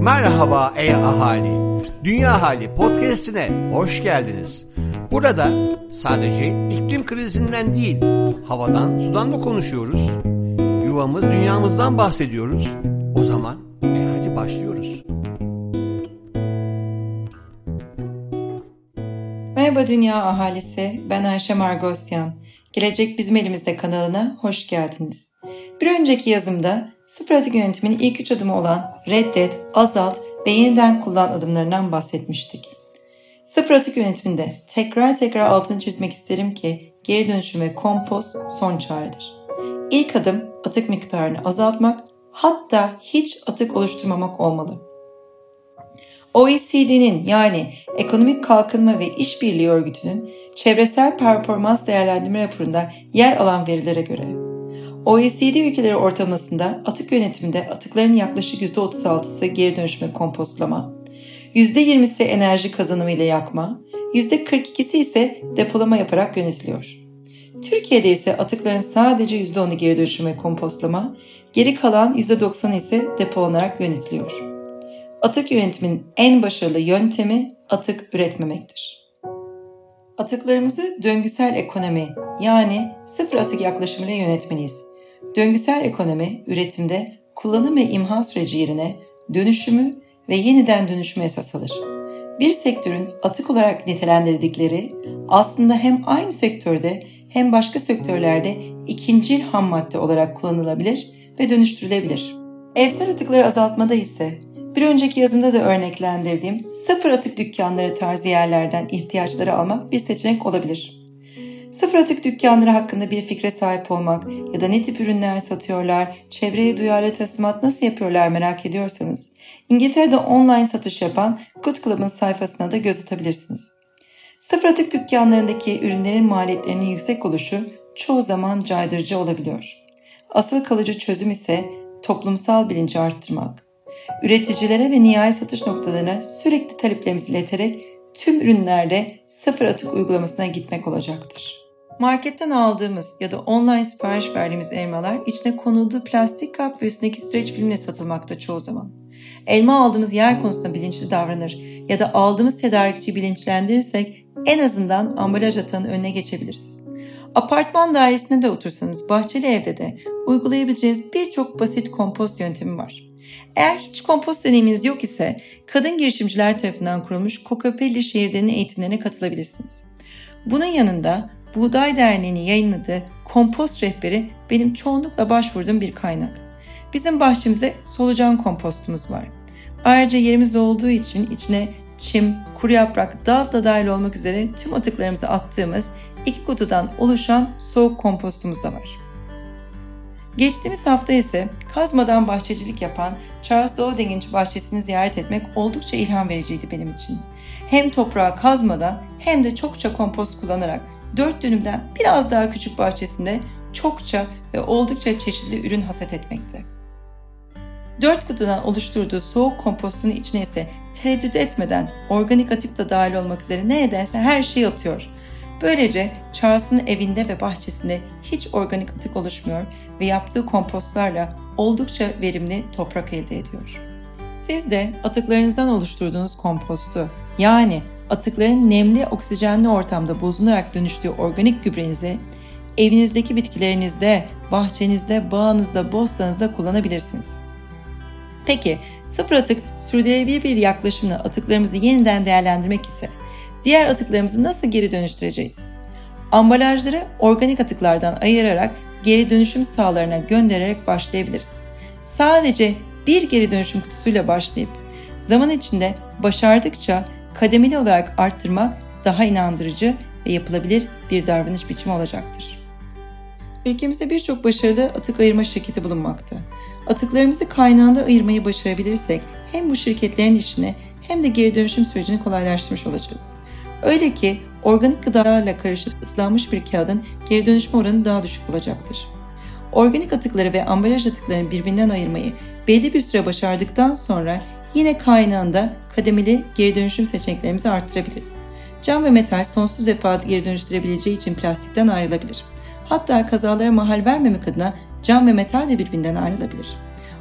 Merhaba ey ahali, Dünya Hali Podcast'ine hoş geldiniz. Burada sadece iklim krizinden değil, havadan, sudan da konuşuyoruz. Yuvamız, dünyamızdan bahsediyoruz. O zaman hadi başlıyoruz. Merhaba Dünya Ahalisi, ben Ayşe Margosyan. Gelecek Bizim Elimizde kanalına hoş geldiniz. Bir önceki yazımda sıfır atık yönetiminin ilk 3 adımı olan reddet, azalt ve yeniden kullan adımlarından bahsetmiştik. Sıfır atık yönetiminde tekrar altını çizmek isterim ki geri dönüşüm ve kompost son çaredir. İlk adım atık miktarını azaltmak, hatta hiç atık oluşturmamak olmalı. OECD'nin yani Ekonomik Kalkınma ve İşbirliği Örgütü'nün çevresel performans değerlendirme raporunda yer alan verilere göre OECD ülkeleri ortalamasında atık yönetiminde atıkların yaklaşık %36'sı geri dönüşüm ve kompostlama, %20'si enerji kazanımı ile yakma, %42'si ise depolama yaparak yönetiliyor. Türkiye'de ise atıkların sadece %10'u geri dönüşüm ve kompostlama, geri kalan %90'ı ise depolanarak yönetiliyor. Atık yönetimin en başarılı yöntemi atık üretmemektir. Atıklarımızı döngüsel ekonomi yani sıfır atık yaklaşımıyla yönetmeliyiz. Döngüsel ekonomi üretimde kullanım ve imha süreci yerine dönüşümü ve yeniden dönüşümü esas alır. Bir sektörün atık olarak nitelendirdikleri aslında hem aynı sektörde hem başka sektörlerde ikincil ham madde olarak kullanılabilir ve dönüştürülebilir. Evsel atıkları azaltmada ise bir önceki yazımda da örneklendirdiğim sıfır atık dükkanları tarzı yerlerden ihtiyaçları almak bir seçenek olabilir. Sıfır atık dükkanları hakkında bir fikre sahip olmak ya da ne tip ürünler satıyorlar, çevreye duyarlı teslimat nasıl yapıyorlar merak ediyorsanız, İngiltere'de online satış yapan Good Club'ın sayfasına da göz atabilirsiniz. Sıfır atık dükkanlarındaki ürünlerin maliyetlerinin yüksek oluşu çoğu zaman caydırıcı olabiliyor. Asıl kalıcı çözüm ise toplumsal bilinci arttırmak. Üreticilere ve nihai satış noktalarına sürekli taleplerimizi ileterek tüm ürünlerde sıfır atık uygulamasına gitmek olacaktır. Marketten aldığımız ya da online sipariş verdiğimiz elmalar içine konulduğu plastik kap ve üstündeki streç filmle satılmakta çoğu zaman. Elma aldığımız yer konusunda bilinçli davranır ya da aldığımız tedarikçiyi bilinçlendirirsek en azından ambalaj atağının önüne geçebiliriz. Apartman dairesinde de otursanız bahçeli evde de uygulayabileceğiniz birçok basit kompost yöntemi var. Eğer hiç kompost deneyiminiz yok ise kadın girişimciler tarafından kurulmuş Kokopelli şehirlerinin eğitimlerine katılabilirsiniz. Bunun yanında Buğday Derneği'nin yayınladığı kompost rehberi benim çoğunlukla başvurduğum bir kaynak. Bizim bahçemizde solucan kompostumuz var. Ayrıca yerimiz olduğu için içine çim, kuru yaprak, dal da dahil olmak üzere tüm atıklarımızı attığımız 2 kutudan oluşan soğuk kompostumuz da var. Geçtiğimiz hafta ise kazmadan bahçecilik yapan Charles Dowding'in bahçesini ziyaret etmek oldukça ilham vericiydi benim için. Hem toprağı kazmadan hem de çokça kompost kullanarak 4 dönümden biraz daha küçük bahçesinde çokça ve oldukça çeşitli ürün hasat etmekte. 4 kutudan oluşturduğu soğuk kompostun içine ise tereddüt etmeden organik atık da dahil olmak üzere neredeyse her şeyi atıyor. Böylece Charles'ın evinde ve bahçesinde hiç organik atık oluşmuyor ve yaptığı kompostlarla oldukça verimli toprak elde ediyor. Siz de atıklarınızdan oluşturduğunuz kompostu yani atıkların nemli oksijenli ortamda bozularak dönüştüğü organik gübrenizi evinizdeki bitkilerinizde, bahçenizde, bağınızda, bostanınızda kullanabilirsiniz. Peki sıfır atık sürdürülebilir bir yaklaşımla atıklarımızı yeniden değerlendirmek ise diğer atıklarımızı nasıl geri dönüştüreceğiz? Ambalajları organik atıklardan ayırarak geri dönüşüm sahalarına göndererek başlayabiliriz. Sadece bir geri dönüşüm kutusuyla başlayıp zaman içinde başardıkça kademeli olarak arttırmak daha inandırıcı ve yapılabilir bir davranış biçimi olacaktır. Ülkemizde birçok başarılı atık ayırma şirketi bulunmakta. Atıklarımızı kaynağında ayırmayı başarabilirsek hem bu şirketlerin işini hem de geri dönüşüm sürecini kolaylaştırmış olacağız. Öyle ki organik gıdalarla karışıp ıslanmış bir kağıdın geri dönüşme oranı daha düşük olacaktır. Organik atıkları ve ambalaj atıklarını birbirinden ayırmayı belli bir süre başardıktan sonra yine kaynağında kademeli geri dönüşüm seçeneklerimizi arttırabiliriz. Cam ve metal sonsuz defa geri dönüştürebileceği için plastikten ayrılabilir. Hatta kazalara mahal vermemek adına cam ve metal de birbirinden ayrılabilir.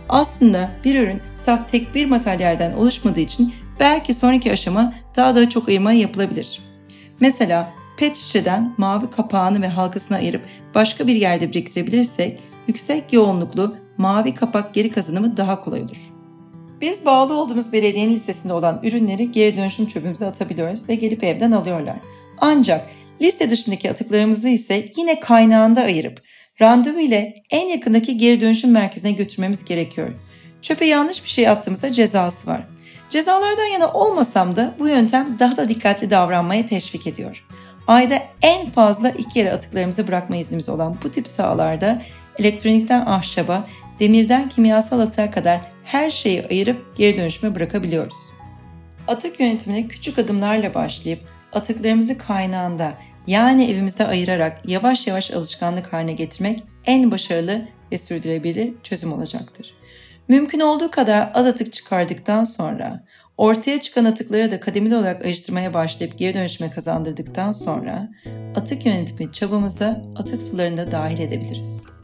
Aslında bir ürün saf tek bir materyalden oluşmadığı için belki sonraki aşama daha da çok ayırma yapılabilir. Mesela pet şişeden mavi kapağını ve halkasını ayırıp başka bir yerde biriktirebilirsek yüksek yoğunluklu mavi kapak geri kazanımı daha kolay olur. Biz bağlı olduğumuz belediyenin listesinde olan ürünleri geri dönüşüm çöpümüze atabiliyoruz ve gelip evden alıyorlar. Ancak liste dışındaki atıklarımızı ise yine kaynağında ayırıp randevu ile en yakındaki geri dönüşüm merkezine götürmemiz gerekiyor. Çöpe yanlış bir şey attığımızda cezası var. Cezalardan yana olmasam da bu yöntem daha da dikkatli davranmaya teşvik ediyor. Ayda en fazla 2 yere atıklarımızı bırakma iznimiz olan bu tip sahalarda elektronikten ahşaba, demirden kimyasal atığa kadar her şeyi ayırıp geri dönüşüme bırakabiliyoruz. Atık yönetimine küçük adımlarla başlayıp atıklarımızı kaynağında yani evimizde ayırarak yavaş yavaş alışkanlık haline getirmek en başarılı ve sürdürülebilir çözüm olacaktır. Mümkün olduğu kadar az atık çıkardıktan sonra ortaya çıkan atıkları da kademeli olarak ayrıştırmaya başlayıp geri dönüşüme kazandırdıktan sonra atık yönetimi çabamıza atık sularını da dahil edebiliriz.